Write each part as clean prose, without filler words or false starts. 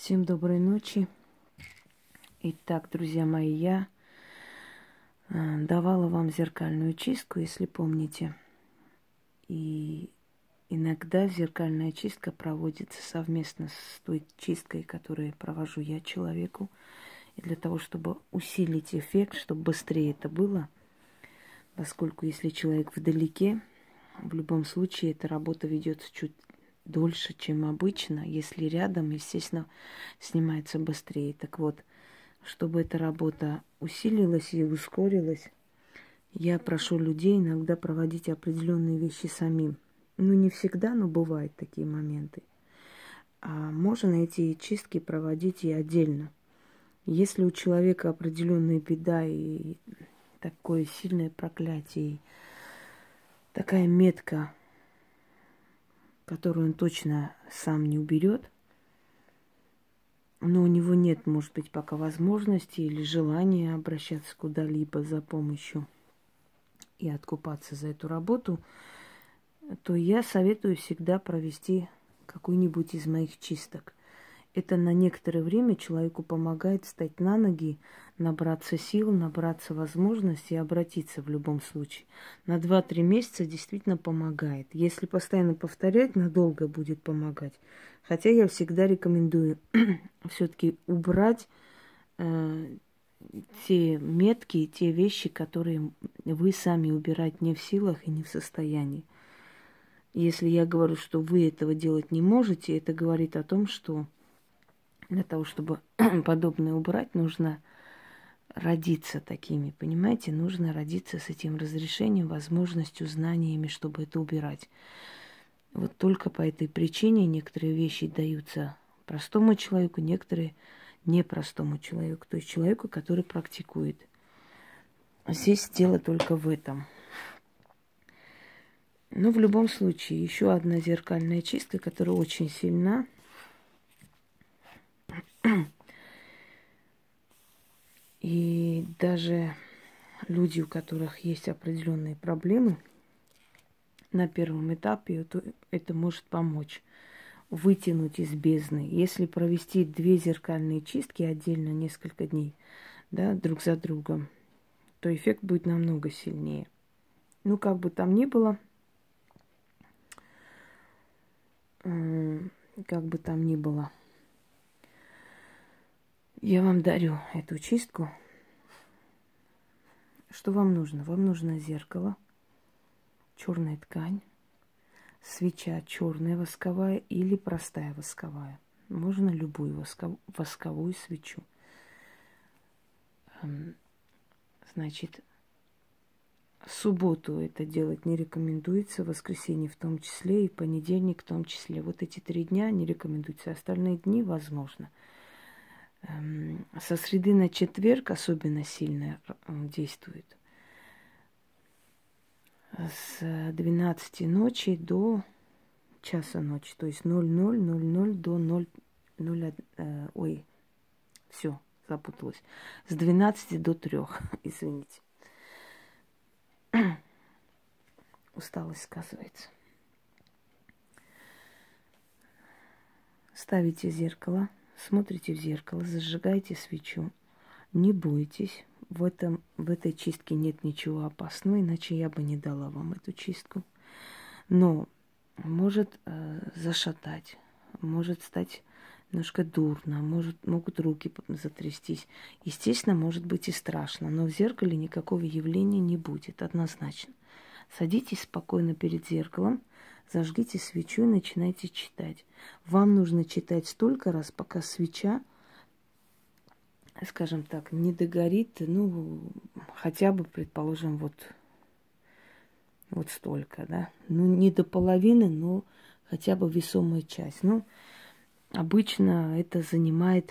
Всем доброй ночи. Итак, друзья мои, я давала вам зеркальную чистку, если помните. И иногда зеркальная чистка проводится совместно с той чисткой, которую провожу я человеку. И для того, чтобы усилить эффект, чтобы быстрее это было, поскольку если человек вдалеке, в любом случае эта работа ведется чуть дольше, чем обычно. Если рядом, естественно, снимается быстрее. Так вот, чтобы эта работа усилилась и ускорилась, я прошу людей иногда проводить определенные вещи самим. Ну, не всегда, но бывают такие моменты. А можно эти чистки проводить и отдельно. Если у человека определенная беда и такое сильное проклятие, и такая метка, которую он точно сам не уберет, но у него нет, может быть, пока возможности или желания обращаться куда-либо за помощью и откупаться за эту работу, то я советую всегда провести какую-нибудь из моих чисток. Это на некоторое время человеку помогает встать на ноги, набраться сил, набраться возможностей и обратиться в любом случае. На 2-3 месяца действительно помогает. Если постоянно повторять, надолго будет помогать. Хотя я всегда рекомендую все-таки убрать те метки, те вещи, которые вы сами убирать не в силах и не в состоянии. Если я говорю, что вы этого делать не можете, это говорит о том, что для того, чтобы подобное убрать, нужно родиться такими, понимаете? Нужно родиться с этим разрешением, возможностью, знаниями, чтобы это убирать. Вот только по этой причине некоторые вещи даются простому человеку, некоторые непростому человеку, то есть человеку, который практикует. Здесь дело только в этом. Но в любом случае, еще одна зеркальная чистка, которая очень сильна. И даже люди, у которых есть определенные проблемы, на первом этапе это может помочь вытянуть из бездны. Если провести 2 зеркальные чистки отдельно несколько дней, да, друг за другом, то эффект будет намного сильнее. Ну, как бы там ни было, я вам дарю эту чистку. Что вам нужно? Вам нужно зеркало, черная ткань, свеча черная восковая или простая восковая. Можно любую восковую свечу. Значит, в субботу это делать не рекомендуется, в воскресенье в том числе и понедельник в том числе. Вот эти 3 дня не рекомендуются, остальные дни возможно. Со среды на четверг особенно сильно действует. С 12 ночи до часа ночи, то есть 00:00 до 0:00, все, запуталась. С 12 до 3, извините. Усталость сказывается. Ставите зеркало, смотрите в зеркало, зажигаете свечу. Не бойтесь, в этой чистке нет ничего опасного, иначе я бы не дала вам эту чистку. Но может зашатать, может стать немножко дурно, могут руки затрястись. Естественно, может быть и страшно, но в зеркале никакого явления не будет, однозначно. Садитесь спокойно перед зеркалом, зажгите свечу и начинайте читать. Вам нужно читать столько раз, пока свеча, скажем так, не догорит, ну, хотя бы, предположим, вот столько, да. Ну, не до половины, но хотя бы весомая часть. Ну, обычно это занимает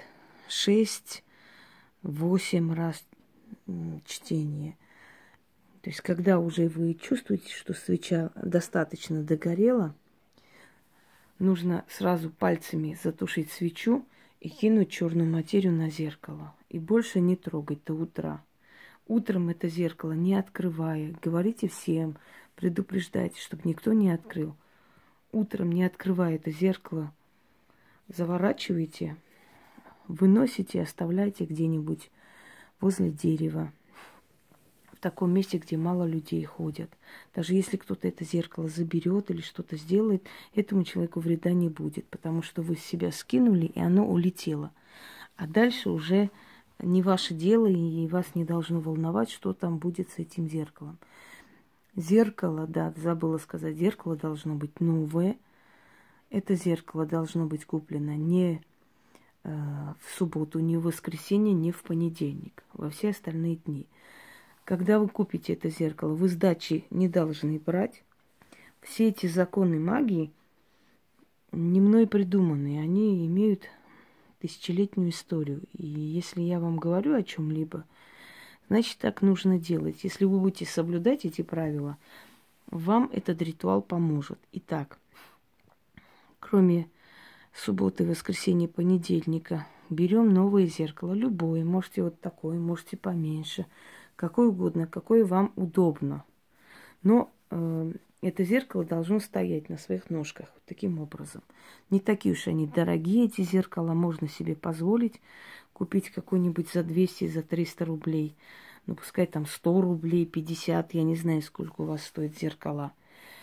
6-8 раз чтения. То есть, когда уже вы чувствуете, что свеча достаточно догорела, нужно сразу пальцами затушить свечу и кинуть черную материю на зеркало. И больше не трогать до утра. Утром это зеркало не открывая, говорите всем, предупреждайте, чтобы никто не открыл. Утром, не открывая это зеркало, заворачиваете выносите и оставляйте где-нибудь возле дерева, в таком месте, где мало людей ходят. Даже если кто-то это зеркало заберет или что-то сделает, этому человеку вреда не будет, потому что вы с себя скинули, и оно улетело. А дальше уже не ваше дело, и вас не должно волновать, что там будет с этим зеркалом. Зеркало, да, забыла сказать, зеркало должно быть новое. Это зеркало должно быть куплено не в субботу, не в воскресенье, не в понедельник, во все остальные дни. Когда вы купите это зеркало, вы сдачи не должны брать. Все эти законы магии не мной придуманные, они имеют тысячелетнюю историю. И если я вам говорю о чем-либо, значит, так нужно делать. Если вы будете соблюдать эти правила, вам этот ритуал поможет. Итак, кроме субботы, воскресенья, понедельника, берем новое зеркало, любое, можете вот такое, можете поменьше, какое угодно, какое вам удобно. Но это зеркало должно стоять на своих ножках вот таким образом. Не такие уж они дорогие, эти зеркала, можно себе позволить купить какой-нибудь за 200, за 300 рублей. Ну, пускай там 100 рублей, 50, я не знаю, сколько у вас стоят зеркала.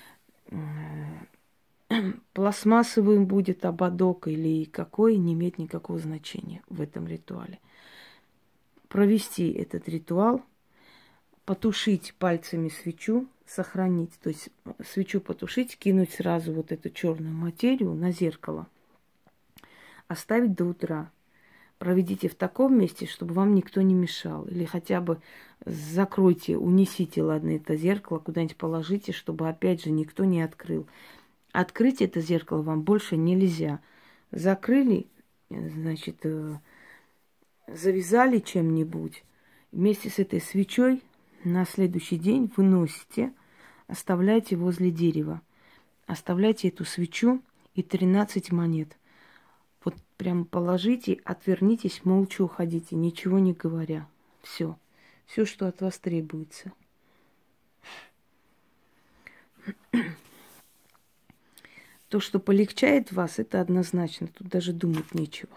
Пластмассовым будет ободок или какой, не имеет никакого значения в этом ритуале. Провести этот ритуал, потушить пальцами свечу, сохранить, то есть свечу потушить, кинуть сразу вот эту черную материю на зеркало, оставить до утра. Проведите в таком месте, чтобы вам никто не мешал. Или хотя бы закройте, унесите, ладно, это зеркало, куда-нибудь положите, чтобы опять же никто не открыл. Открыть это зеркало вам больше нельзя. Закрыли, значит, завязали чем-нибудь. Вместе с этой свечой на следующий день выносите, оставляйте возле дерева. Оставляйте эту свечу и 13 монет. Вот прям положите, отвернитесь, молча уходите, ничего не говоря. Все. Все, что от вас требуется. То, что полегчает вас, это однозначно. Тут даже думать нечего.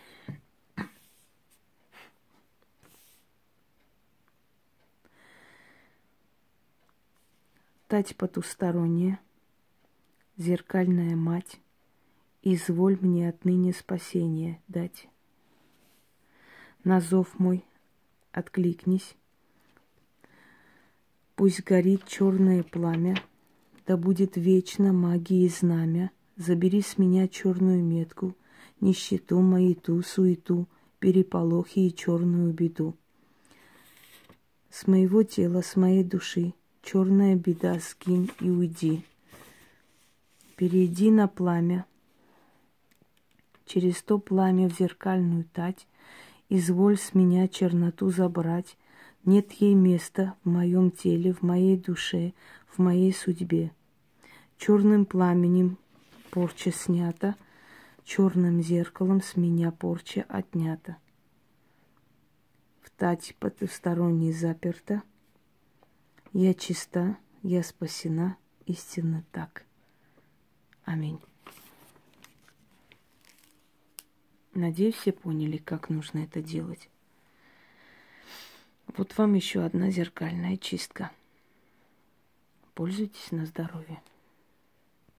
Тать потусторонняя, зеркальная мать, изволь мне отныне спасение дать. На зов мой откликнись, пусть горит черное пламя, да будет вечно магии знамя. Забери с меня черную метку, нищету, маяту, суету, переполохи и черную беду. С моего тела, с моей души черная беда скинь и уйди. Перейди на пламя, через то пламя в зеркальную тать, изволь с меня черноту забрать. Нет ей места в моем теле, в моей душе, в моей судьбе. Черным пламенем порча снята, черным зеркалом с меня порча отнята. В тать потусторонней заперта, я чиста, я спасена, истинно так. Аминь. Надеюсь, все поняли, как нужно это делать. Вот вам еще одна зеркальная чистка. Пользуйтесь на здоровье.